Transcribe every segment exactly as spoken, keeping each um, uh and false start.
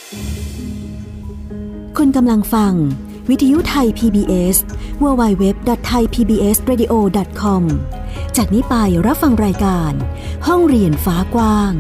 คุณกำลังฟังวิทยุไทย พี บี เอส ดับเบิลยู ดับเบิลยู ดับเบิลยู ดอท ไทย พี บี เอส เรดิโอ ดอท คอม จากนี้ไปรับฟังรายการห้องเรียนฟ้ากว้าง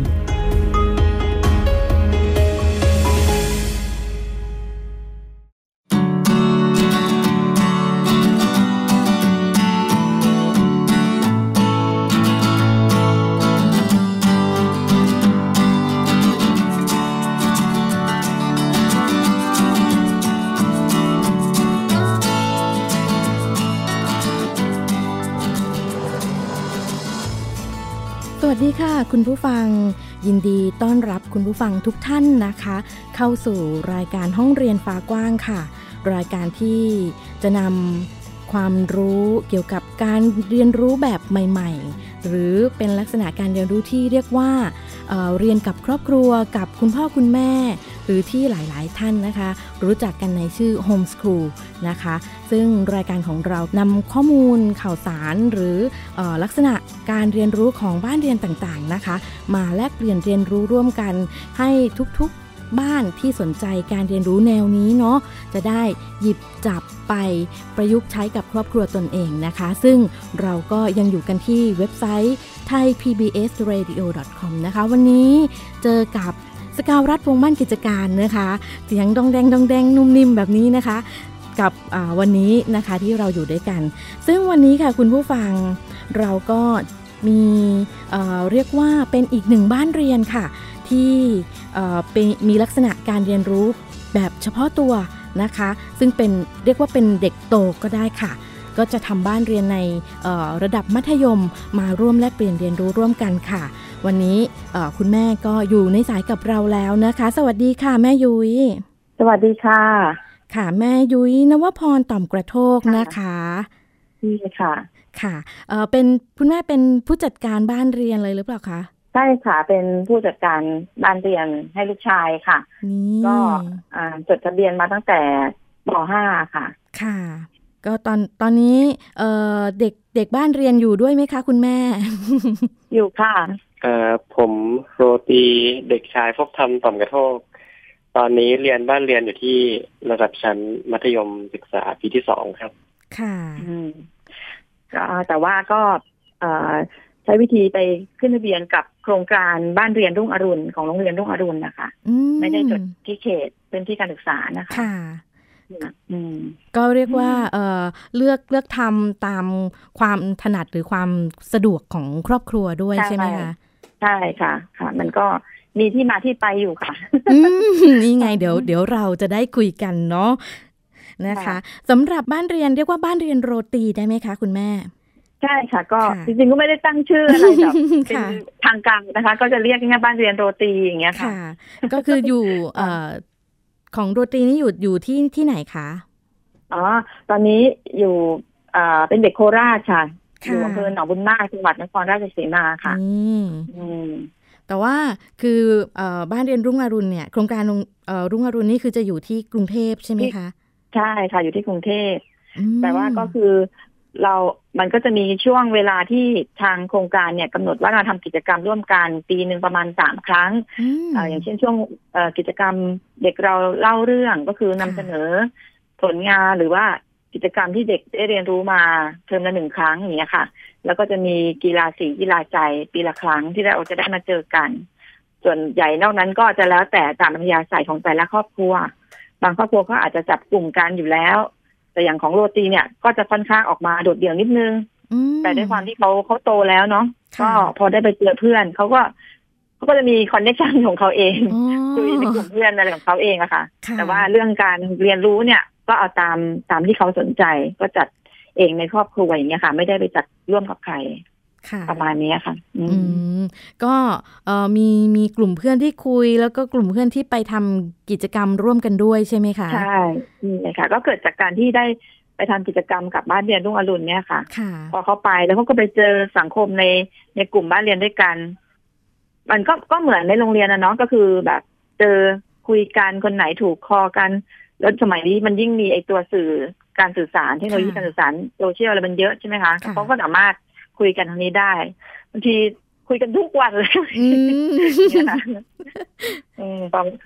สวัสดีค่ะคุณผู้ฟังยินดีต้อนรับคุณผู้ฟังทุกท่านนะคะเข้าสู่รายการห้องเรียนฟ้ากว้างค่ะรายการที่จะนำความรู้เกี่ยวกับการเรียนรู้แบบใหม่ๆหรือเป็นลักษณะการเรียนรู้ที่เรียกว่า เอ่อ เรียนกับครอบครัวกับคุณพ่อคุณแม่หรือที่หลายๆท่านนะคะรู้จักกันในชื่อ Homeschool นะคะซึ่งรายการของเรานำข้อมูลข่าวสารหรือเอ่อลักษณะการเรียนรู้ของบ้านเรียนต่างๆนะคะมาแลกเปลี่ยนเรียนรู้ร่วมกันให้ทุกๆบ้านที่สนใจการเรียนรู้แนวนี้เนาะจะได้หยิบจับไปประยุกต์ใช้กับครอบครัวตนเองนะคะซึ่งเราก็ยังอยู่กันที่เว็บไซต์ ไทย พี บี เอส เรดิโอ ดอท คอม นะคะวันนี้เจอกับสกาวรัฐวงศ์มั่นกิจการนะคะเสียงดองแดงดองแดงนุ่มนิ่มแบบนี้นะคะกับวันนี้นะคะที่เราอยู่ด้วยกันซึ่งวันนี้ค่ะคุณผู้ฟังเราก็มีเอ่อเรียกว่าเป็นอีกหนึ่งบ้านเรียนค่ะที่เอ่อเป็นมีลักษณะการเรียนรู้แบบเฉพาะตัวนะคะซึ่งเป็นเรียกว่าเป็นเด็กโตก็ได้ค่ะก็จะทำบ้านเรียนในระดับมัธยมมาร่วมแลกเปลี่ยนเรียนรู้ร่วมกันค่ะวันนี้คุณแม่ก็อยู่ในสายกับเราแล้วนะคะสวัสดีค่ะแม่ยุ้ยสวัสดีค่ะค่ะแม่ยุ้ยนวพรต่อมกระโทกนะคะนี่ค่ะค่ะเอ่อเป็นคุณแม่เป็นผู้จัดการบ้านเรียนเลยหรือเปล่าคะใช่ค่ะเป็นผู้จัดการบ้านเรียนให้ลูกชายค่ะก็จดทะเบียนมาตั้งแต่ป ห้า ค่ะค่ะก็ตอนตอนนี้เอ่อเด็กเด็กบ้านเรียนอยู่ด้วยไหมคะคุณแม่อยู่ค่ะเอ่อผมโรตีเด็กชายพบธรรมต่อมกระโทกตอนนี้เรียนบ้านเรียนอยู่ที่ระดับชั้นมัธยมศึกษาปีที่สองครับค่ะอืมก็แต่ว่าก็เอ่อใช้วิธีไปขึ้นทะเบียนกับโครงการบ้านเรียนรุ่งอรุณของโรงเรียนรุ่งอรุณนะคะไม่ได้จดที่เขตเป็นที่การศึกษานะคะค่ะก็เรียกว่าเอ่อเลือกเลือกทำตามความถนัดหรือความสะดวกของครอบครัวด้วยใช่ไหมคะใช่ค่ะค่ะมันก็มีที่มาที่ไปอยู่ค่ะนี่ไงเดี๋ยวเดี๋ยวเราจะได้คุยกันเนาะนะคะสำหรับบ้านเรียนเรียกว่าบ้านเรียนโรตีได้ไหมคะคุณแม่ใช่ค่ะก็จริงๆก็ไม่ได้ตั้งชื่ออะไรแบบเป็นทางการนะคะก็จะเรียกง่ายๆบ้านเรียนโรตีอย่างเงี้ยค่ะก็คืออยู่เอ่อของโรตีนี่อยู่อยู่ที่ที่ไหนคะอ๋อตอนนี้อยู่อ่าเป็นเด็กโคราชค่ะอยู่อำเภอหนองบุญมากจังหวัดนครราชสีมาค่ะอืมแต่ว่าคือเอ่อบ้านเรียนรุ่งอรุณเนี่ยโครงการเอ่อรุ่งอรุณนี่คือจะอยู่ที่กรุงเทพใช่ไหมคะใช่ค่ะอยู่ที่กรุงเทพแต่ว่าก็คือเรามันก็จะมีช่วงเวลาที่ทางโครงการเนี่ยกำหนดว่าเราทำกิจกรรมร่วมกันปีหนึ่งประมาณสามครั้ง อ, อย่างเช่นช่วงกิจกรรมเด็กเราเล่าเรื่องก็คือนำเสนอผลงานหรือว่ากิจกรรมที่เด็กได้เรียนรู้มาเทอมละหนึ่งครั้งอย่างเงี้ยค่ะแล้วก็จะมีกีฬาสีกีฬาใจปีละครั้งที่เราจะได้มาเจอกันส่วนใหญ่นอกนั้นก็จะแล้วแต่ตามอัธยาศัยของแต่ละครอบครัวบางครอบครัวก็อาจจะจับกลุ่มกันอยู่แล้วแต่อย่างของโรตีเนี่ยก็จะค่อนข้างออกมาโดดเดี่ยวนิดนึงแต่ด้วยความที่เขาเขาโตแล้วเนาะก็พอได้ไปเจอเพื่อนเขาก็เขาก็จะมีคอนเนคชั่นของเขาเองคุยในกลุ่มเพื่อนอะไรของเขาเองอะค่ะแต่ว่าเรื่องการเรียนรู้เนี่ยก็เอาตามตามที่เขาสนใจก็จัดเองในครอบครัวอย่างเงี้ยค่ะไม่ได้ไปจัดร่วมกับใครประมาณนี้ค่ะอืมก็เอ่อมีมีกลุ่มเพื่อนที่คุยแล้วก็กลุ่มเพื่อนที่ไปทำกิจกรรมร่วมกันด้วยใช่ไหมคะใช่นี่ค่ะก็เกิดจากการที่ได้ไปทำกิจกรรมกับบ้านเรียนรุ่งอรุณเนี่ยค่ะพอเขาไปแล้วเขาก็ไปเจอสังคมในในกลุ่มบ้านเรียนด้วยกันมันก็ก็เหมือนในโรงเรียนนะเนาะก็คือแบบเจอคุยกันคนไหนถูกคอกันแล้วสมัยนี้มันยิ่งมีไอตัวสื่อการสื่อสารเทคโนโลยีการสื่อสารโซเชียลอะไรมันเยอะใช่ไหมคะเขาก็สามารถคุยกันทางนี้ได้บางทีคุยกันทุกวันเลย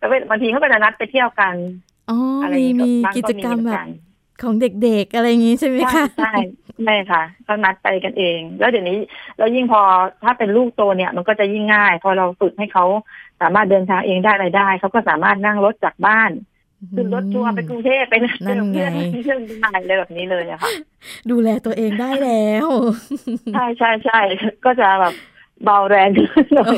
แต่บางทีเขาก็จะนัดไปเที่ยวกันอ๋อมีมีกิจกรรมแบบของเด็กๆอะไรอย่างงี้ใช่ไหมคะใช่ใช่ค่ะเขานัดไปกันเองแล้วเดี๋ยวนี้แล้วยิ่งพอถ้าเป็นลูกโตเนี่ยมันก็จะยิ่งง่ายพอเราฝึกให้เขาสามารถเดินทางเองได้อะไรได้เขาก็สามารถนั่งรถจากบ้านขึ้นรถทัวร์ไปกรุงเทพไปเที่ยวเพื่อนเที่ยวที่ไหนอะไรแบบนี้เลยอะค่ะดูแลตัวเองได้แล้วใช่ใช่ใช่ก็จะแบบเบาแรงหน่อย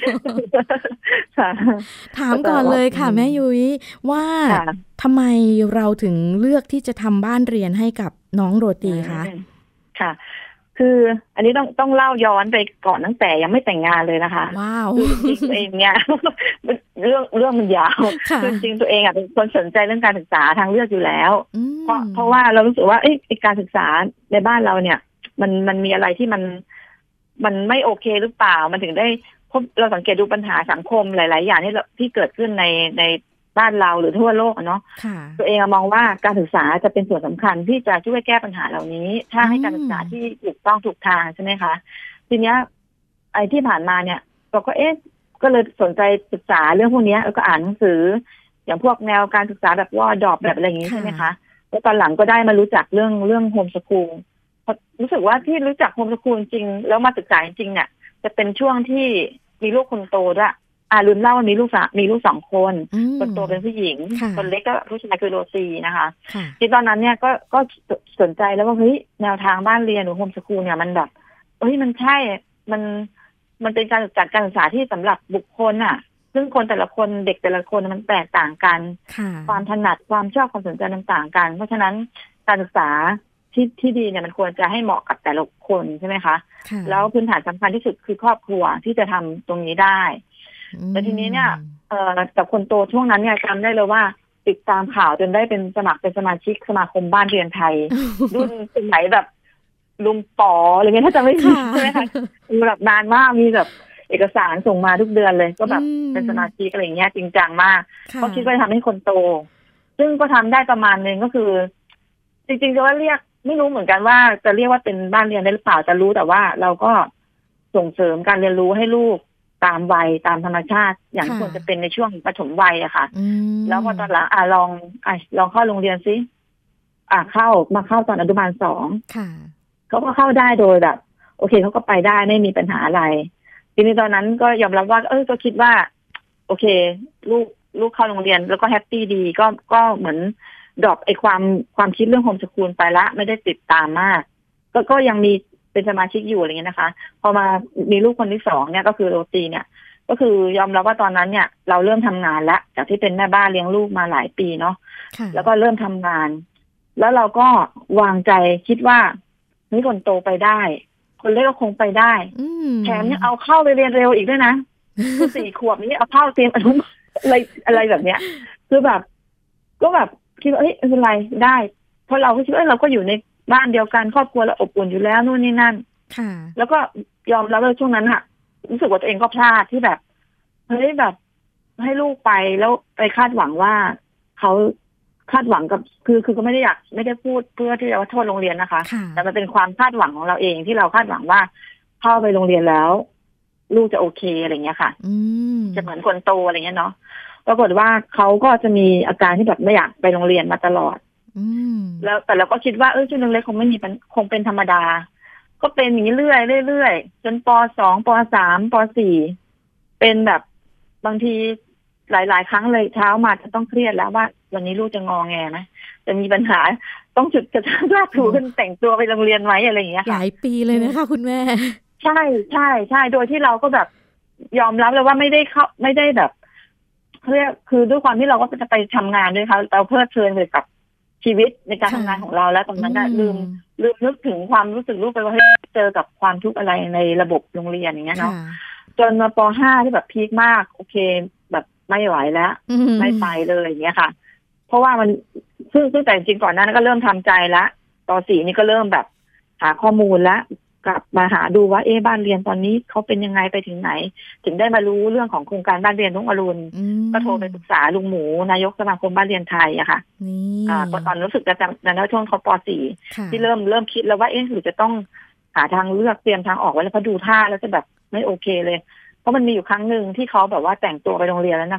ถามก่อนเลยค่ะแม่ยุ้ยว่าทำไมเราถึงเลือกที่จะทำบ้านเรียนให้กับน้องโรตีคะค่ะคืออันนี้ต้องต้องเล่าย้อนไปก่อนตั้งแต่ยังไม่แต่งงานเลยนะคะว้าวจริงตัวเองเนี่ยเรื่องเรื่องมันยาวจริงตัวเองอ่ะเป็นคนสนใจเรื่องการศึกษาทางเลือกอยู่แล้วเพราะเพราะว่าเรารู้สึกว่าเอ๊ะการศึกษาในบ้านเราเนี่ยมันมันมีอะไรที่มันมันไม่โอเคหรือเปล่ามันถึงได้พบเราสังเกตดูปัญหาสังคมหลายๆอย่างที่ที่เกิดขึ้นในในบ้านเราหรือทั่วโลกเนาะตัวเองมองว่าการศึกษาจะเป็นส่วนสำคัญที่จะช่วยแก้ปัญหาเหล่านี้ถ้าให้การศึกษาที่ถูกต้องถูกทางใช่ไหมคะทีเนี้ยไอ้ที่ผ่านมาเนี่ยเราก็เอ๊ะก็เลยสนใจศึกษาเรื่องพวกนี้แล้วก็อ่านหนังสืออย่างพวกแนวการศึกษาแบบว่าดอบแบบอะไรอย่างนี้ใช่ไหมคะแล้วตอนหลังก็ได้มารู้จักเรื่องเรื่องโฮมสคูลรู้สึกว่าที่รู้จักโฮมสคูลจริงแล้วมาศึกษาจริงเนี่ยจะเป็นช่วงที่มีลูกคนโตด้วยอ่าลืมเล่าว่ามีลูกสาวมีลูกสองคนคนโตเป็นผู้หญิงคนเล็กก็ผู้ชายคือโรตีนะคะที่ตอนนั้นเนี่ยก็ก็สนใจแล้วว่าเฮ้ยแนวทางบ้านเรียนหรือโฮมสคูลเนี่ยมันแบบเฮ้ยมันใช่มันมันเป็นการจัดการศึกษาที่สำหรับบุคคลอ่ะซึ่งคนแต่ละคนเด็กแต่ละคนมันแตกต่างกันความถนัดความชอบความสนใจต่างๆกันเพราะฉะนั้นการศึกษาที่ที่ดีเนี่ยมันควรจะให้เหมาะกับแต่ละคนใช่ไหมคะแล้วพื้นฐานสำคัญที่สุดคือครอบครัวที่จะทำตรงนี้ได้แต่ทีนี้เนี่ยเอ่อกับคนโตช่วงนั้นเนี่ยจำได้เลยว่าติดตามข่าวจนได้เป็นสมัครเป็นสมาชิกสมาคมบ้านเรียนไทยรุ่นสมัยแบบลุงป๋ออะไรเงี้ยถ้าจำไม่ผิดใช่ไหมคะแบบนานมากมีแบบเอกสารส่งมาทุกเดือนเลยก็แบบเป็นสมาชิกอะไรเงี้ยจริงจังมากก็คิดว่าทำให้คนโตซึ่งก็ทำได้ประมาณนึงก็คือจริงๆจะว่าเรียกไม่รู้เหมือนกันว่าจะเรียกว่าเป็นบ้านเรียนได้หรือเปล่าจะรู้แต่ว่าเราก็ส่งเสริมการเรียนรู้ให้ลูกตามวัยตามธรรมชาติอย่างควรจะเป็นในช่วงปฐมวัยอะค่ะแล้วพอตอนหลังอ่ะลองอ่ะลองเข้าโรงเรียนซิอ่ะเข้ามาเข้าตอนอนุบาลสองเขาก็เข้าได้โดยแบบโอเคเขาก็ไปได้ไม่มีปัญหาอะไรทีนี้ตอนนั้นก็ยอมรับว่าเออก็คิดว่าโอเคลูกลูกเข้าโรงเรียนแล้วก็แฮปปี้ดีก็ก็เหมือนดรอปไอ้ความความคิดเรื่องโฮมสคูลไปละไม่ได้ติดตามมากก็ก็ยังมีเป็นสมาชิกอยู่อะไรเงี้ยนะคะพอมามีลูกคนที่สองเนี่ยก็คือโรตีเนี่ยก็คือยอมรับว่าตอนนั้นเนี่ยเราเริ่มทำงานแล้วจากที่เป็นแม่บ้านเลี้ยงลูกมาหลายปีเนาะแล้วก็เริ่มทำงานแล้วเราก็วางใจคิดว่านี่คนโตไปได้คนเล็กก็คงไปได้แถมยังเอาเข้าไปเรียนเร็วอีกด้วยนะคือสี่ขวบนี้เอาเข้าเตรียมอนุอะไรอะไรแบบเนี้ยคือแบบก็แบบคิดว่าเอ้ยไม่เป็นไรได้เพราะเราก็คิดว่าเราก็อยู่ในบ้านเดียวกันครอบครัวเราอบอุ่นอยู่แล้วนู่นนี่นั่นแล้วก็ยอมรับว่าช่วงนั้นอะรู้สึกว่าตัวเองก็พลาดที่แบบเฮ้ยแบบให้ลูกไปแล้วไปคาดหวังว่าเขาคาดหวังกับคือคือก็ไม่ได้อยากไม่ได้พูดเพื่อที่จะว่าโทษโรงเรียนนะคะแต่มันเป็นความคาดหวังของเราเองที่เราคาดหวังว่าเข้าไปโรงเรียนแล้วลูกจะโอเคอะไรเงี้ยค่ะจะเหมือนคนโตอะไรเงี้ยเนาะปรากฏว่าเขาก็จะมีอาการที่แบบไม่อยากไปโรงเรียนมาตลอดแล้วแต่เราก็คิดว่าเออช่วงเล็กคงไม่มีคงเป็นธรรมดาก็เป็นอย่างนี้เรื่อยเรื่อยจนปสองปสามปสี่เป็นแบบบางทีหลายๆครั้งเลยเช้ามาจะต้องเครียดแล้วว่าวันนี้ลูกจะงอแงไหมจะมีปัญหาต้องจุดกระชากลากถูกันแต่งตัวไปโรงเรียนไหมอะไรอย่างเงี้ยหลายปีเลยนะคะคุณแม่ใช่ใช่ใช่โดยที่เราก็แบบยอมรับเลยว่าไม่ได้เข้าไม่ได้แบบเรียกคือด้วยความที่เราก็จะไปทำงานด้วยเขาเราเพลิดเพลินไปกับชีวิตในการทำงานของเราแล้วตรงนั้นน่ะลืมลืมนึกถึงความรู้สึกลูกไปว่าให้เจอกับความทุกข์อะไรในระบบโรงเรียนอย่างเงี้ยเนาะจนมาป.ห้าที่แบบพีคมากโอเคแบบไม่ไหวแล้วไม่ไปเลยอย่างเงี้ยค่ะเพราะว่ามันซึ่งซึ่งแต่จริงก่อนหน้านั้นก็เริ่มทำใจแล้วป.สี่นี่ก็เริ่มแบบหาข้อมูลแล้วกลับมาหาดูว่าเอ๊ะบ้านเรียนตอนนี้เขาเป็นยังไงไปถึงไหนถึงได้มารู้เรื่องของโครงการบ้านเรียนรุ่งอรุณก็โทรไปปรึกษาลุงหมูนายกสมาคมบ้านเรียนไทยอะค่ะอ่าตอนรู้สึกจะจำในช่วงเขาป.สี่ที่เริ่มเริ่มคิดแล้วว่าเอ๊ะหรือจะต้องหาทางเลือกเตรียมทางออกไว้แล้วพอดูท่าแล้วจะแบบไม่โอเคเลยเพราะมันมีอยู่ครั้งหนึ่งที่เขาแบบว่าแต่งตัวไปโรงเรียนแล้วนะคะ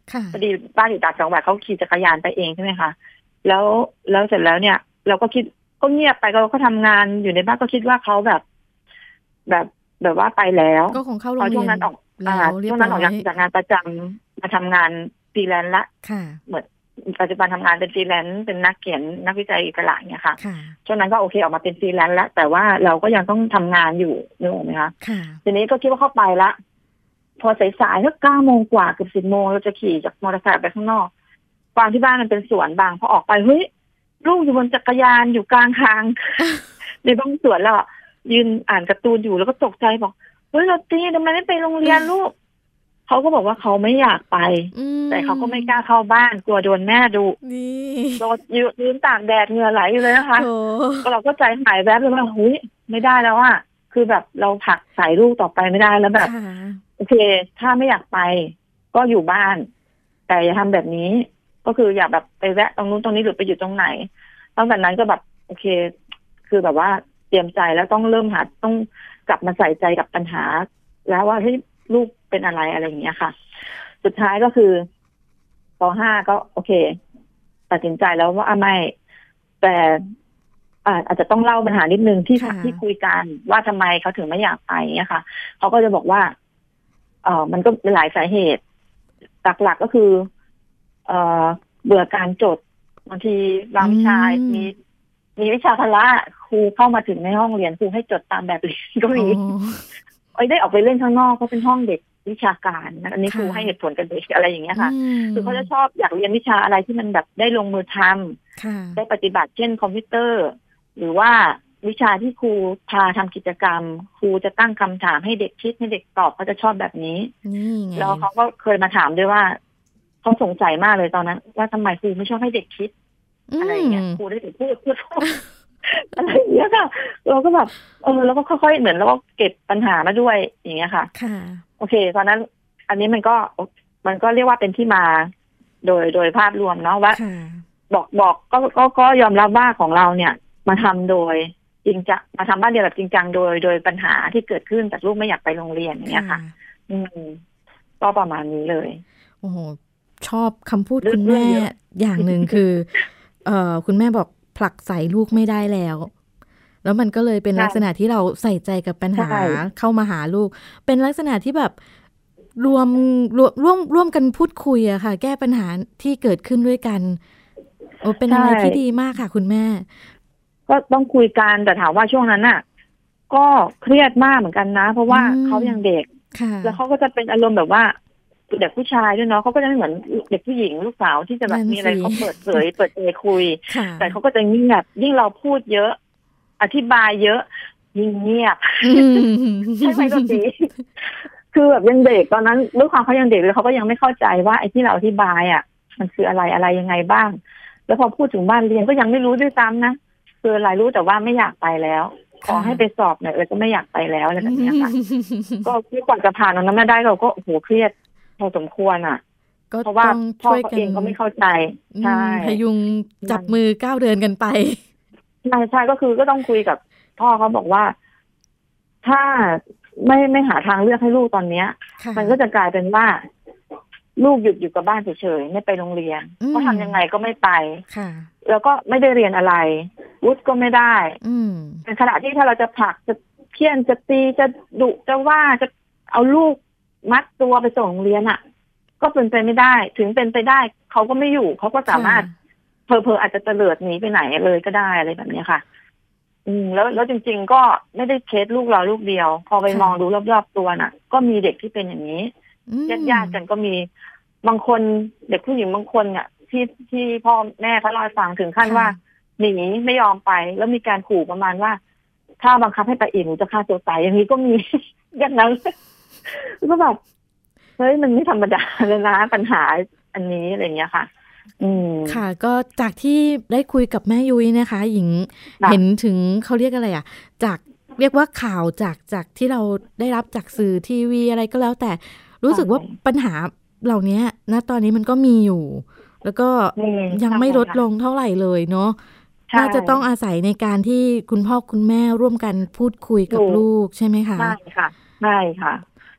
พอดีบ้านอยู่ต่างจังหวัดเขาขี่จักรยานไปเองใช่ไหมคะแล้วแล้วเสร็จแล้วเนี่ยเราก็คิดก็เงียบไปเราก็ทำงานอยู่ในบ้านก็คิดว่าเขาแบบแบบแบบว่าไปแล้วก็คงเข้าโรงเรียนช่วงนั้นออกช่วงนั้นออกจากงานประจำมาทำงานฟรีแลนซ์ละเหมือนปัจจุบันทำงานเป็นฟรีแลนซ์เป็นนักเขียนนักวิจัยอิสระเนี่ยค่ะช่วงนั้นก็โอเคออกมาเป็นฟรีแลนซ์แล้วแต่ว่าเราก็ยังต้องทำงานอยู่นึกออกไหมคะทีนี้ก็คิดว่าเข้าไปละพอสายๆสักเก้าโมงกว่าเกือบสิบโมงเราจะขี่จากมอเตอร์ไซค์ไปข้างนอกความที่บ้านมันเป็นสวนบางพอออกไปเฮ้ยลูกอยู่บนจักรยานอยู่กลางทางในบ้านสวนแล้วยืนอ่านการ์ตูนอยู่แล้วก็ตกใจบอกเฮ้ยเราตีทำไมไม่ไปโรงเรียนลูกเขาก็บอกว่าเขาไม่อยากไปแต่เขาก็ไม่กล้าเข้าบ้านกลัวโดนแม่ดุโดนยืนตากแดดเหงื่อไหลอยู่เลยนะคะก็เราก็ใจหายแวบเลยว่าเฮ้ยไม่ได้แล้วอ่ะคือแบบเราผลักสายลูกต่อไปไม่ได้แล้วแบบโอเคถ้าไม่อยากไปก็อยู่บ้านแต่อย่าทำแบบนี้ก็คืออย่าแบบไปแวะตรงนู้นตรงนี้หรือไปอยู่ตรงไหนตั้งแต่นั้นก็แบบโอเคคือแบบว่าเตรียมใจแล้วต้องเริ่มหาต้องกลับมาใส่ใจกับปัญหาแล้วว่าให้ลูกเป็นอะไรอะไรอย่างเงี้ยค่ะสุดท้ายก็คือป.ห้าก็โอเคตัดสินใจแล้วว่าไม่แต่อาจจะต้องเล่าปัญหานิดนึงที่ที่คุยกันว่าทำไมเขาถึงไม่อยากไปเนี่ยค่ะเขาก็จะบอกว่าเออมันก็หลายสาเหตุหลักๆก็คือเออเบื่อการจดบางทีบางวิชามีมีวิชาพละครูเข้ามาถึงในห้องเรียนครูให้จดตามแบบเรียนก็มีไอ้ได้ออกไปเล่นข้างนอกเขาเป็นห้องเด็กวิชาการนะอันนี้ครูให้เหตุผลกันเด็กอะไรอย่างเงี้ยค่ะคือเขาจะชอบอยากเรียนวิชาอะไรที่มันแบบได้ลงมือทำได้ปฏิบัติเช่นคอมพิวเตอร์หรือว่าวิชาที่ครูพาทำกิจกรรมครูจะตั้งคำถามให้เด็กคิดให้เด็กตอบเขาจะชอบแบบนี้แล้วเขาก็เคยมาถามด้วยว่าเขาสงสัยมากเลยตอนนั้นว่าทำไมครูไม่ชอบให้เด็กคิดอะไรอย่างเงี้ยครูได้แต่พูดพูดอะไรอย่างเงี้ยค่ะเราก็แบบเออแล้วก็ค่อยๆเหมือนเราก็เก็บปัญหามาด้วยอย่างเงี้ยค่ะโอเคตอนนั้นอันนี้มันก็มันก็เรียกว่าเป็นที่มาโดยโดยภาพรวมเนาะว่าบอกบอกก็ก็ก็ยอมรับว่าของเราเนี่ยมาทำโดยจริงจะมาทำบ้านเดียวแบบจริงจังโดยโดยปัญหาที่เกิดขึ้นจากลูกไม่อยากไปโรงเรียนอย่างเงี้ยค่ะอืมก็ประมาณนี้เลยโอ้โหชอบคำพูดคุณแม่อย่างหนึ่งคือเอ่อคุณแม่บอกผลักใส่ลูกไม่ได้แล้วแล้วมันก็เลยเป็นลักษณะที่เราใส่ใจกับปัญหาเข้ามาหาลูกเป็นลักษณะที่แบบรวมรวมร่วมร่วมกันพูดคุยอะค่ะแก้ปัญหาที่เกิดขึ้นด้วยกันโอ้เป็นอะไรที่ดีมากค่ะคุณแม่ก็ต้องคุยกันแต่ถามว่าช่วงนั้นน่ะก็เครียดมากเหมือนกันนะเพราะว่าเขายังเด็กแล้วเขาก็จะเป็นอารมณ์แบบว่าเด็กผู้ชายด้วยเนาะเขาก็จะไม่เหมือนเด็กผู้หญิงลูกสาวที่จะแบบมีอะไรเขาเปิดเผยเปิดใจคุยแต่เขาก็จะเงียบยิ่งเราพูดเยอะอธิบายเยอะยิ่งเงียบใช่ไหมก็ดีคือแบบยังเด็กตอนนั้นด้วยความเขายังเด็กเลยเขาก็ยังไม่เข้าใจว่าไอ้ที่เราอธิบายอ่ะมันคืออะไรอะไรยังไงบ้างแล้วพอพูดถึงบ้านเรียนก็ยังไม่รู้ด้วยซ้ำนะคืออะไรรู้แต่ว่าไม่อยากไปแล้วขอให้ไปสอบหน่อยเออก็ไม่อยากไปแล้วอะไรแบบนี้ค่ะก็กว่าจะผ่านตรงนั้นมาได้เราก็โอ้โหเครียดพอสมควรอ่ะเพราะว่าพ่อเองก็ไม่เข้าใจใช่พยุงจับมือก้าวเดินกันไปใช่ใช่ก็คือก็ต้องคุยกับพ่อเขาบอกว่าถ้าไม่ไม่หาทางเลือกให้ลูกตอนเนี้ยมันก็จะกลายเป็นว่าลูกหยุดอยู่กับบ้านเฉยๆไม่ไปโรงเรียนก็ทำยังไงก็ไม่ไปแล้วก็ไม่ได้เรียนอะไรวุฒิก็ไม่ได้เป็นขณะที่ถ้าเราจะผลักจะเพี้ยนจะตีจะดุจะว่าจะเอาลูกมัดตัวไปส่งโรงเรียนอ่ะก็เป็นไปไม่ได้ถึงเป็นไปได้เขาก็ไม่อยู่เขาก็สามารถเพอเพออาจจะเตลิดหนีไปไหนเลยก็ได้อะไรแบบนี้ค่ะอืมแล้วแล้วจริงๆก็ไม่ได้เคสลูกเราลูกเดียวพอไปมองดูรอบๆตัวน่ะก็มีเด็กที่เป็นอย่างนี้ญาติๆกันก็มีบางคนเด็กผู้หญิงบางคนเนี่ยที่ที่พ่อแม่เขาเล่าให้ฟังถึงขั้นว่าหนีไม่ยอมไปแล้วมีการขู่ประมาณว่าถ้าบังคับให้ไปอีกหนูจะฆ่าตัวตายอย่างนี้ก็มีอย่างนั้นก็แบบเฮ้ยมันไม่ธรรมดาเลยนะปัญหาอันนี้อะไรอย่างเงี้ยค่ะอืมค่ะก็จากที่ได้คุยกับแม่ยุ้ยนะคะหญิงเห็นถึงเขาเรียกอะไรอ่ะจากเรียกว่าข่าวจากจากที่เราได้รับจากสื่อทีวีอะไรก็แล้วแต่รู้สึกว่าปัญหาเหล่านี้ณตอนนี้มันก็มีอยู่แล้วก็ยังไม่ลดลงเท่าไหร่เลยเนาะน่าจะต้องอาศัยในการที่คุณพ่อคุณแม่ร่วมกันพูดคุยกับลูกใช่ไหมคะใช่ค่ะใช่ค่ะ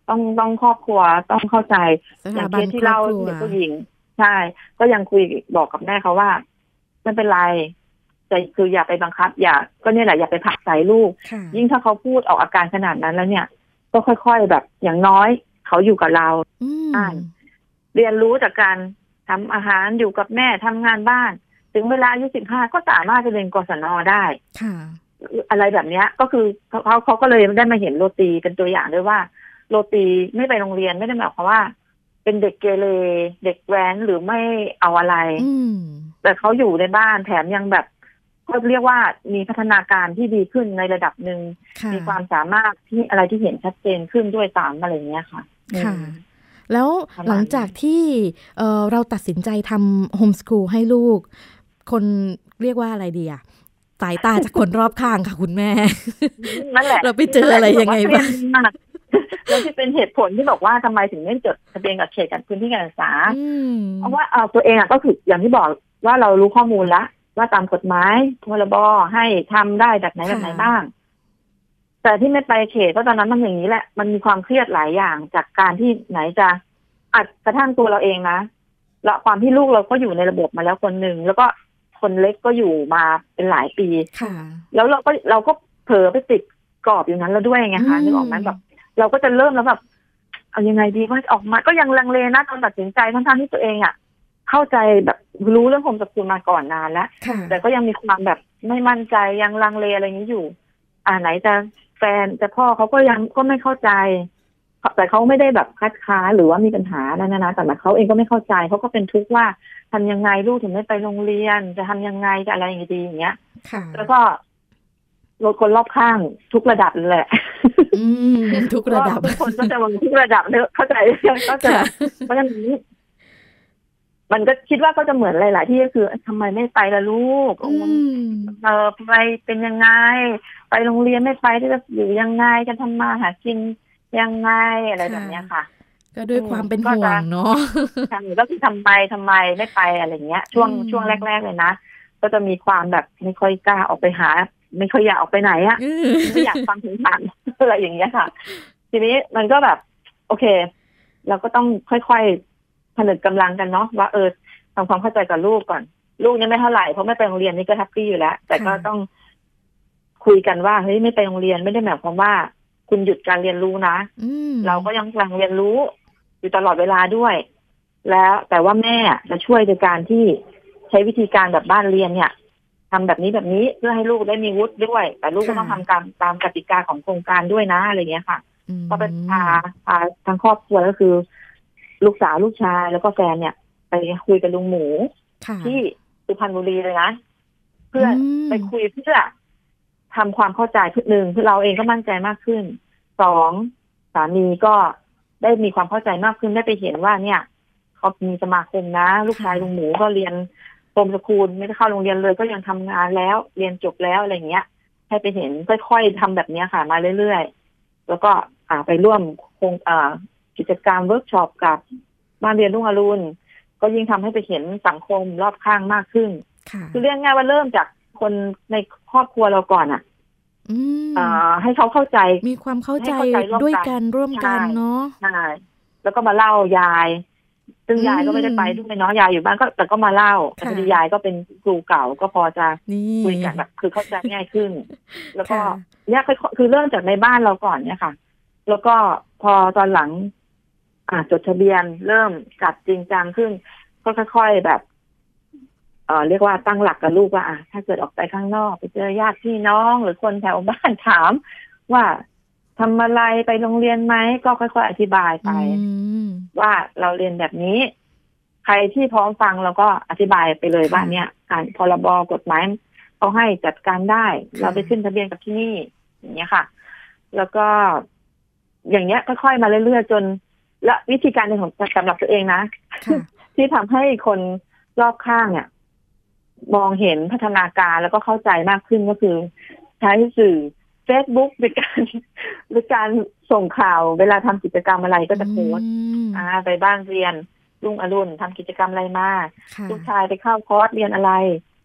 ต้องต้องครอบครัวต้องเข้าใจอย่างเคสที่เล่าเด็กผู้หญิงใช่ก็ยังคุยบอกกับแม่เขาว่าไม่เป็นไรแต่คืออย่าไปบังคับอย่าก็เนี่ยแหละอย่าไปผลักใส่ลูกยิ่งถ้าเขาพูดออกอาการขนาดนั้นแล้วเนี่ยก็ค่อยๆแบบอย่างน้อยเขาอยู่กับเราอ่านเรียนรู้จากการทำอาหารอยู่กับแม่ทำงานบ้านถึงเวลาอายุสิบห้าก็สามารถจะเรียนกศน.ได้อะไรแบบนี้ก็คือเขาเขาก็เลยได้มาเห็นโรตีเป็นตัวอย่างด้วยว่าโรตีไม่ไปโรงเรียนไม่ได้หมายความว่าเป็นเด็กเกเรเด็กแว้นหรือไม่เอาอะไรแต่เขาอยู่ในบ้านแถมยังแบบก็เรียกว่ามีพัฒนาการที่ดีขึ้นในระดับหนึ่งมีความสามารถที่อะไรที่เห็นชัดเจนขึ้นด้วยตามอะไรเงี้ยค่ะค่ะแล้วหลังจากที่เอ่อเราตัดสินใจทำโฮมสคูลให้ลูกคนเรียกว่าอะไรดีอะสายตาจากคนรอบข้างค่ะคุณแม่นั่นแหละเราไปเจออะไรยังไงบ้างแล้วที่เป็นเหตุผลที่บอกว่าทำไมถึงไม่จดทะเบียนกับเขตการพื้นที่การศึกษาเพราะว่าเอาตัวเองอ่ะก็คืออย่างที่บอกว่าเรารู้ข้อมูลแล้วว่าตามกฎหมายพรบให้ทำได้แบบไหนแบบไหนบ้างแต่ที่ไม่ไปเขตเพราะตอนนั้นมันอย่างนี้แหละมันมีความเครียดหลายอย่างจากการที่ไหนจะอัดกระทั่งตัวเราเองนะและความที่ลูกเราก็อยู่ในระบบมาแล้วคนหนึ่งแล้วก็คนเล็กก็อยู่มาเป็นหลายปีแล้วเราก็เราก็เผลอไปติดกรอบอยู่นั้นแล้วด้วยไงคะนึกออกไหมแบบเราก็จะเริ่มแล้วแบบเอายังไงดีว่าออกมาก็ยังลังเลนะตอนตัดสินใจทั้งๆที่ตัวเองอ่ะเข้าใจแบบรู้เรื่องโฮมสคูลมาก่อนนานแล้วแต่ก็ยังมีความแบบไม่มั่นใจยังลังเลอะไรอย่างนี้อยู่อ่าไหนจะแฟนจะพ่อเขาก็ยังก็ไม่เข้าใจแต่เขาไม่ได้แบบคัดค้านหรือว่ามีปัญหาแล้วนะนะแต่เขาเองก็ไม่เข้าใจเขาก็เป็นทุกข์ว่าทำยังไงลูกถึงไม่ไปโรงเรียนจะทำยังไงจะอะไรอย่างดีอย่างเงี้ยแล้วก็รถคนรอบข้างทุกระดับเลยแหละทุกระดับทุกคนก็จะมองทุกระดับเนอะเข้าใจก็จะเพราะฉะนั้นมันก็คิดว่าก็จะเหมือนหลายๆที่ก็คือทำไมไม่ไปล่ะลูกเออไปเป็นยังไงไปโรงเรียนไม่ไปจะอยู่ยังไงจะทำมาหากินยังไงอะไรแบบนี้ค่ะก็ด้วยความเป็นห่วงเนาะใช่ก็คือทำไมทำไมไม่ไปอะไรเงี้ยช่วงช่วงแรกๆเลยนะก็จะมีความแบบไม่ค่อยกล้าออกไปหาไม่ค่อยอยากออกไปไหนอะไม่อยากฟังถึงผ่านอะไรอย่างเงี้ยค่ะทีนี้มันก็แบบโอเคเราก็ต้องค่อยๆผนึกกำลังกันเนาะว่าเออทำความเข้าใจกับลูกก่อนลูกนี่ไม่เท่าไหร่เพราะไม่ไปโรงเรียนนี่ก็แฮปปี้อยู่แล้วแต่ก็ต้องคุยกันว่าเฮ้ยไม่ไปโรงเรียนไม่ได้หมายความว่าคุณหยุดการเรียนรู้นะเราก็ยังกำลังเรียนรู้อยู่ตลอดเวลาด้วยแล้วแต่ว่าแม่จะช่วยโดยการที่ใช้วิธีการแบบบ้านเรียนเนี่ยทำแบบนี้แบบนี้เพื่อให้ลูกได้มีวุฒิด้วยแต่ลูกก็ต้องทำตามตามกติกาของโครงการด้วยนะอะไรเงี้ยค่ะก็ไปพาพาทั้งครอบครัวก็คือลูกสาวลูกชายแล้วก็แฟนเนี่ยไปคุยกับลุงหมูที่สุพรรณบุรีเลยนะเพื่อไปคุยเพื่อทำความเข้าใจทุกหนึ่งคือเราเองก็มั่นใจมากขึ้นสองสามีก็ได้มีความเข้าใจมากขึ้นได้ไปเห็นว่าเนี่ยเขามีสมาคมนะลูกชายลุงหมูก็เรียนโฮมสคูลไม่ได้เข้าโรงเรียนเลยก็ยังทำงานแล้วเรียนจบแล้วอะไรเงี้ยให้ไปเห็นค่อยๆทำแบบนี้ค่ะมาเรื่อยๆแล้วก็อ่าไปร่วมโครงอ่ากิจกรรมเวิร์กช็อปกับบ้านเรียนรุ่งอรุณก็ยิ่งทำให้ไปเห็นสังคมรอบข้างมากขึ้นคือเรียกง่ายว่าเริ่มจากคนในครอบครัวเราก่อนอ่ะอ่าให้เขาเข้าใจมีความเข้าใจด้วยกันร่วมกันเนาะใช่แล้วก็มาเล่ายายซึ่งยายก็ไม่ได้ไปด้วยเนาะยายอยู่บ้านก็แต่ก็มาเล่าแต่พอดียายก็เป็นครูเก่าก็พอจะคุยกันแบบคือเข้าใจง่ายขึ้นแล้วก็เนี่ยคือเริ่มจากในบ้านเราก่อนเนี่ยค่ะแล้วก็พอตอนหลังอ่าจดทะเบียนเริ่มจัดจริงจังขึ้นก็ค่อยๆแบบเอ่อเรียกว่าตั้งหลักกับลูกว่าอ่ะถ้าเกิดออกไปข้างนอกไปเจอญาติพี่น้องหรือคนแถวบ้านถามว่าทำอะไรไปโรงเรียนไหมก็ค่อยๆอธิบายไปว่าเราเรียนแบบนี้ใครที่พร้อมฟังเราก็อธิบายไปเลยว่าเนี่ยการพรบกฎหมายเขาให้จัดการได้เราไปขึ้นทะเบียนกับที่นี่อย่างเงี้ยค่ะแล้วก็อย่างเงี้ยค่อยๆมาเรื่อยๆจนและวิธีการหนึ่งของสำหรับตัวเองนะที่ทำให้คนรอบข้างเนี่ยมองเห็นพัฒนาการแล้วก็เข้าใจมากขึ้นก็คือใช้สื่อ Facebook ในการในการส่งข่าวเวลาทำกิจกรรมอะไรก็จะโพสต์อ่าไปบ้านเรียนรุ่งอรุณทำกิจกรรมอะไรมาลูกชายไปเข้าคอร์สเรียนอะไรท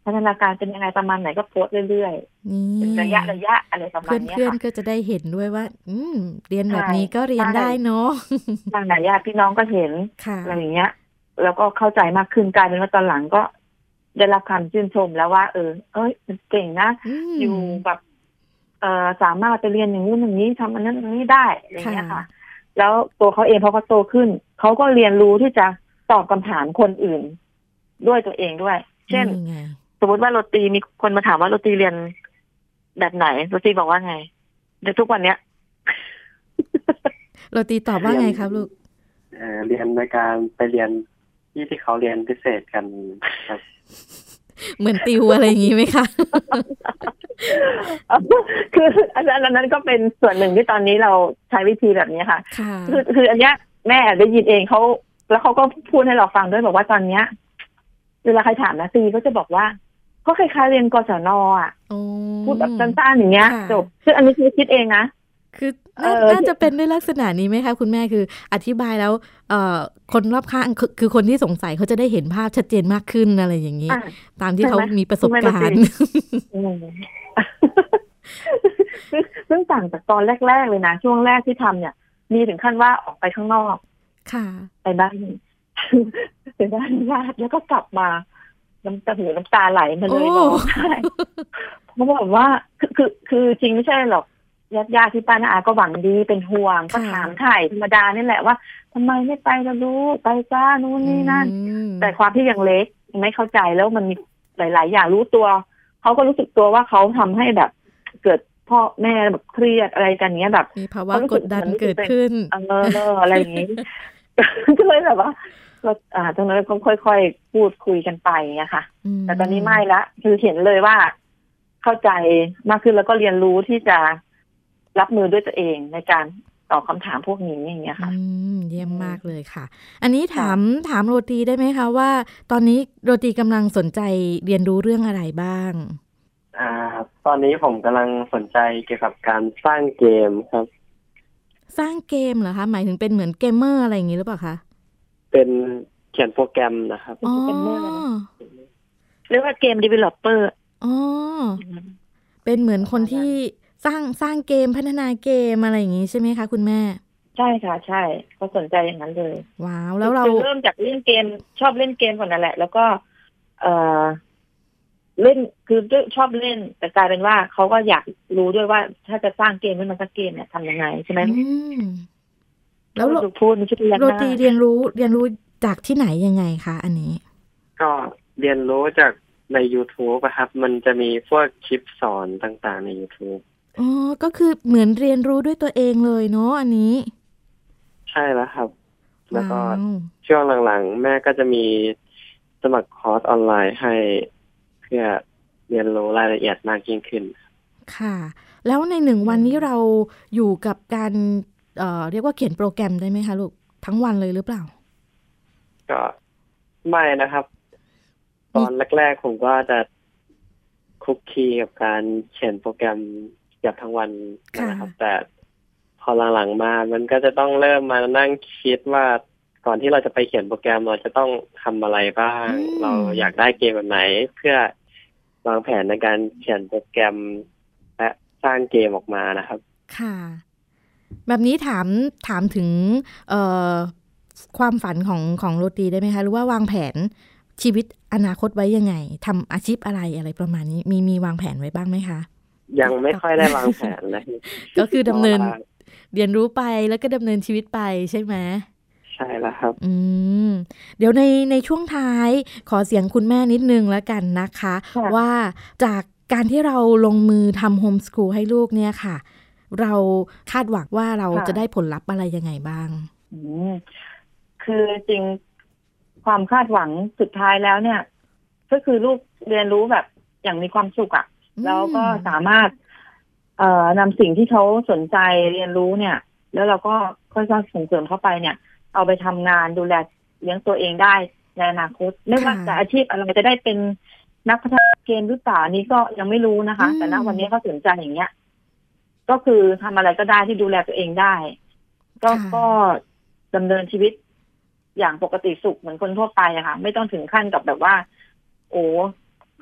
พัฒนาการเป็นยังไงประมาณไหนก็โพสต์เรื่อยๆเป็นระยะระยะอะไรประมาณนี้ค่ะเพื่อนๆก็จะได้เห็นด้วยว่าอืมเรียนแบบนี้ก็เรียนได้เนาะทางไหนญาติพี่น้องก็เห็นอะไรอย่างเงี้ยแล้วก็เข้าใจมากขึ้นกลายเป็นว่าตอนหลังก็ได้รับคำชื่นชมแล้วว่าเออเอ้ยมันเก่งนะอยู่แบบเอ่อสามารถไปเรียนอย่างนู้นอย่างนี้ทำอันนั้นอันนี้ได้อะไรอย่างเงี้ยค่ะแล้วตัวเขาเองพอเขาโตขึ้นเขาก็เรียนรู้ที่จะตอบคำถามคนอื่นด้วยตัวเองด้วยเช่นสมมติว่าโรตีมีคนมาถามว่าโรตีเรียนแบบไหนโรตีบอกว่าไงในทุกวันเนี้ยโรตีตอบว่าไงครับลูกเอ่อเรียนในการไปเรียนที่ที่เขาเรียนพิเศษกันครับเหมือนติวอะไรอย่างงี้ไหมคะคืออันนั้นก็เป็นส่วนหนึ่งที่ตอนนี้เราใช้วิธีแบบนี้ค่ะคือคืออันเนี้ยแม่ได้ยินเองเขาแล้วเขาก็พูดให้เราฟังด้วยบอกว่าตอนเนี้ยเวลาใครถามนะซีก็จะบอกว่าก็คล้ายๆเรียนกศน.อ่ะพูดแบบสั้นๆอย่างเงี้ยจบซึ่งอันนี้คือคิดเองนะคือน่าจะเป็นด้วยลักษณะนี้ไหมคะคุณแม่คืออธิบายแล้วเอ่อคนรอบข้างคือคนที่สงสัยเขาจะได้เห็นภาพชัดเจนมากขึ้นอะไรอย่างนี้ตามที่เขามีประสบการณ์ซึ่งต่างจากตอนแรกๆเลยนะช่วงแรกที่ทำเนี่ยมีถึงขั้นว่าออกไปข้างนอกค่ะไปบ้านไปบ้านญาติแล้วก็กลับมาน้ำตาหูน้ำตาไหลมาเลยร้องไห้เขาบอกว่าคือคือคือจริงไม่ใช่หรอกญาติญาติที่ป้าน้าอาก็หวังดีเป็นห่วงก็ถามถ่ายธรรมดานี่แหละว่าทำไมไม่ไปล่ะลูกไปจ้านู่นนี่นั่นแต่ความที่ยังเล็กไม่เข้าใจแล้วมันมีหลายๆอย่างรู้ตัวเขาก็รู้สึกตัวว่าเขาทำให้แบบเกิดพ่อแม่แบบเครียดอะไรกันเนี้ยแบบมีภาวะกดดันเกิดขึ้นเอออะไรอย่างนี้ก็เลยแบบว่าก็อ่าตรงนั้นก็ค่อยๆพูดคุยกันไปเงี้ยค่ะแต่ตอนนี้ไม่ละคือเห็นเลยว่าเข้าใจมากขึ้นแล้วก็เรียนรู้ที่จะรับมือด้วยตัวเองในการตอบคำถามพวกนี้อย่างเงี้ยค่ะอืมเยี่ยมมากเลยค่ะอันนี้ถามถามโรตีได้ไหมคะว่าตอนนี้โรตีกำลังสนใจเรียนรู้เรื่องอะไรบ้างอ่าตอนนี้ผมกำลังสนใจเกี่ยวกับการสร้างเกมครับสร้างเกมเหรอคะหมายถึงเป็นเหมือนเกมเมอร์อะไรอย่างนี้หรือเปล่าคะเป็นเขียนโปรแกรมนะครับเป็นโปรแกรมเมอร์เรียกว่าเกม developer อ๋อเป็นเหมือนคนที่สร้างสร้างเกมพัฒนาเกมอะไรอย่างนี้ใช่ไหมคะคุณแม่ใช่ค่ะใช่ก็สนใจอย่างนั้นเลยว้าวแล้วเราเริ่มจากเล่นเกมชอบเล่นเกมก่อนนั่นแหละแล้วก็เอ่อเล่นคือชอบเล่นแต่กลายเป็นว่าเขาก็อยากรู้ด้วยว่าถ้าจะสร้างเกมให้มันสักเกมเนี่ยทำยังไงใช่ไหมแล้วเราพูดโรตีเรียนรู้เรียนรู้จากที่ไหนยังไงคะอันนี้ก็เรียนรู้จากใน YouTube อะครับมันจะมีพวกคลิปสอนต่างๆใน YouTube อ๋อก็คือเหมือนเรียนรู้ด้วยตัวเองเลยเนาะอันนี้ใช่แล้วครับแล้วก็ช่วงหลังๆแม่ก็จะมีสมัครคอร์สออนไลน์ให้เพื่อเรียนรู้รายละเอียดมากยิ่งขึ้นค่ะแล้วในหนึ่งวันนี้เราอยู่กับการเอ่อเรียกว่าเขียนโปรแกรมได้ไหมคะลูกทั้งวันเลยหรือเปล่าก็ไม่นะครับตอนแรกๆผมก็จะคุกคีกับการเขียนโปรแกรมเกือบทั้งวันนะครับแต่พอหลังๆมามันก็จะต้องเริ่มมานั่งคิดว่าก่อนที่เราจะไปเขียนโปรแกรมเราจะต้องทำอะไรบ้างเราอยากได้เกมแบบไหนเพื่อวางแผนในการเขียนโปรแกรมและสร้างเกมออกมานะครับค่ะแบบนี้ถามถามถึงเอ่อความฝันของของโรตีได้ไหมคะหรือว่าวางแผนชีวิตอนาคตไว้ยังไงทำอาชีพอะไรอะไรประมาณนี้มีมีวางแผนไว้บ้างไหมคะยังไม่ค่อยได้วางแผนเลยก็คือดำเนินเรียนรู้ไปแล้วก็ดำเนินชีวิตไปใช่ไหมใช่แล้วครับอืมเดี๋ยวในในช่วงท้ายขอเสียงคุณแม่นิดนึงแล้วกันนะคะว่าจากการที่เราลงมือทำโฮมสคูลให้ลูกเนี่ยค่ะเราคาดหวังว่าเราจะได้ผลลัพธ์อะไรยังไงบ้างอืมคือจริงความคาดหวังสุดท้ายแล้วเนี่ยก็คือลูกเรียนรู้แบบอย่างมีความสุขอ่ะแล้วก็สามารถเอ่อนำสิ่งที่เขาสนใจเรียนรู้เนี่ยแล้วเราก็ค่อยๆส่งเสริมเข้าไปเนี่ยเอาไปทำงานดูแลเลี้ยงตัวเองได้ในอนาคตไม่ว่าจะอาชีพอะไรจะได้เป็นนักพัฒนาเกมหรือเปล่านี้ก็ยังไม่รู้นะคะแต่ณวันนี้เขาสนใจอย่างเงี้ยก็คือทำอะไรก็ได้ที่ดูแลตัวเองได้ก็ก็ดำเนินชีวิตอย่างปกติสุขเหมือนคนทั่วไปอะค่ะไม่ต้องถึงขั้นกับแบบว่าโอ้ข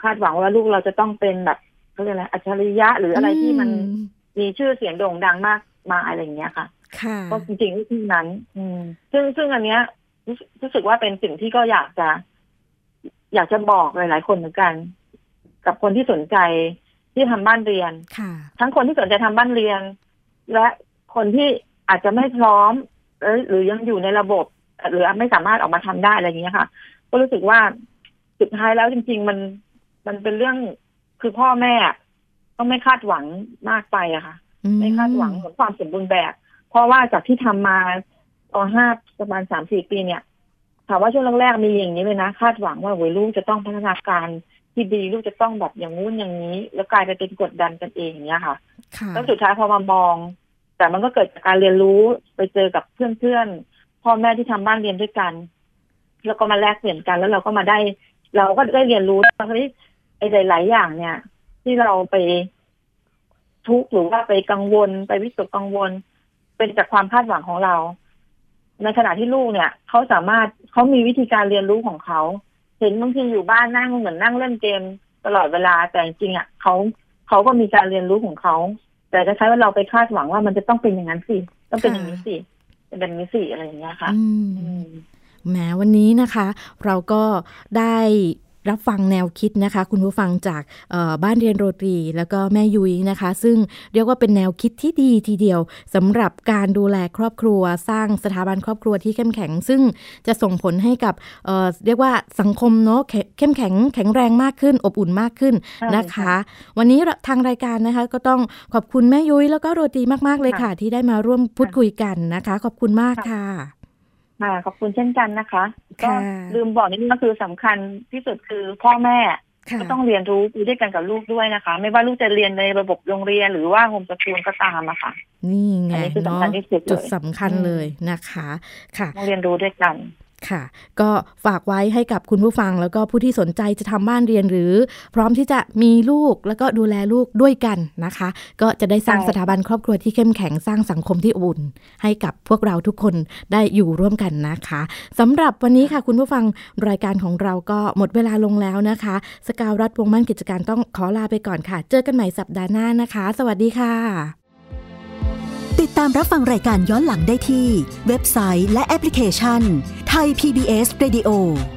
าดหวังว่าลูกเราจะต้องเป็นแบบเขาเรียกอะไรอัจฉริยะหรืออะไรที่มันมีชื่อเสียงโด่งดังมากมาอะไรอย่างเงี้ยค่ะก็จริงๆที่นั้นอืมซึ่งซึ่งอันเนี้ยรู้สึกว่าเป็นสิ่งที่ก็อยากจะอยากจะบอกหลายๆคนเหมือนกันกับคนที่สนใจที่ทำบ้านเรียนทั้งคนที่สนใจทำบ้านเรียนและคนที่อาจจะไม่พร้อมหรือยังอยู่ในระบบหรือไม่สามารถออกมาทำได้อะไรอย่างเงี้ยค่ะก็รู้สึกว่าสุดท้ายแล้วจริงๆมันมันเป็นเรื่องคือพ่อแม่ก็ไม่คาดหวังมากไปอะค่ะไม่คาดหวังของความสมบูรณ์แบบเพราะว่าจากที่ทำมาต่อห้าประมาณสามสี่ปีเนี่ยถามว่าช่วงแรกๆมีอย่างนี้เลยนะคาดหวังว่าโอ้ยลูกจะต้องพัฒนาการที่ดีลูกจะต้องแบบอย่างงู้นอย่างนี้แล้วกลายไปเป็นกดดันกันเองอย่างเงี้ยค่ะแล้วสุดท้ายพอมามองแต่มันก็เกิดจากการเรียนรู้ไปเจอกับเพื่อนๆพ่อแม่ที่ทำบ้านเรียนด้วยกันแล้วก็มาแลกเปลี่ยนกันแล้วเราก็มาได้เราก็ได้เรียนรู้ว่าเฮ้ยไอ้หลายๆอย่างเนี่ยที่เราไปทุกข์หรือว่าไปกังวลไปวิตกกังวลเป็นจากความคาดหวังของเราในขณะที่ลูกเนี่ยเขาสามารถเขามีวิธีการเรียนรู้ของเขาเห็นบางทีอยู่บ้านนั่งเหมือนนั่งเล่นเกมตลอดเวลาแต่จริงๆอ่ะเขาเขาก็มีการเรียนรู้ของเขาแต่จะใช้ว่าเราไปคาดหวังว่ามันจะต้องเป็นอย่างนั้นสิต้องเป็นอย่างนี้สิเป็นแบบนี้สิอะไรอย่างเงี้ยค่ะแม้วันนี้นะคะเราก็ได้รับฟังแนวคิดนะคะคุณผู้ฟังจากบ้านเรียนโรตรีแล้วก็แม่ยุ้ยนะคะซึ่งเรียกว่าเป็นแนวคิดที่ดีทีเดียวสำหรับการดูแลครอบครัวสร้างสถาบันครอบครัวที่เข้มแข็งซึ่งจะส่งผลให้กับ เอ่อ เรียกว่าสังคมเนาะเข้มแข็งแข็งแรงมากขึ้นอบอุ่นมากขึ้นนะคะวันนี้ทางรายการนะคะก็ต้องขอบคุณแม่ยุ้ยแล้วก็โรตรีมากๆเลยค่ะที่ได้มาร่วมพูดคุยกันนะคะขอบคุณมากค่ะค่ะขอบคุณเช่นกันนะคะก็ลืมบอกนิดนึงก็คือสำคัญที่สุดคือพ่อแม่ก็ต้องเรียนรู้ด้วยกันกับลูกด้วยนะคะไม่ว่าลูกจะเรียนในระบบโรงเรียนหรือว่าโฮมสคูลก็ตามอะค่ะนี่ไงเนาะจุดสำคัญเลยนะคะค่ะต้องเรียนรู้ด้วยกันค่ะก็ฝากไว้ให้กับคุณผู้ฟังแล้วก็ผู้ที่สนใจจะทำบ้านเรียนหรือพร้อมที่จะมีลูกแล้วก็ดูแลลูกด้วยกันนะคะก็จะได้สร้างสถาบันครอบครัวที่เข้มแข็งสร้างสังคมที่อบอุ่นให้กับพวกเราทุกคนได้อยู่ร่วมกันนะคะสำหรับวันนี้ค่ะคุณผู้ฟังรายการของเราก็หมดเวลาลงแล้วนะคะสกาวรัฐวงศ์มั่นกิจการต้องขอลาไปก่อนค่ะเจอกันใหม่สัปดาห์หน้านะคะสวัสดีค่ะติดตามรับฟังรายการย้อนหลังได้ที่เว็บไซต์และแอปพลิเคชัน Thai พี บี เอส Radio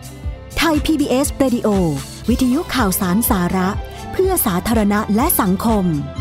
Thai พี บี เอส Radio วิทยุข่าวสารสาระเพื่อสาธารณะและสังคม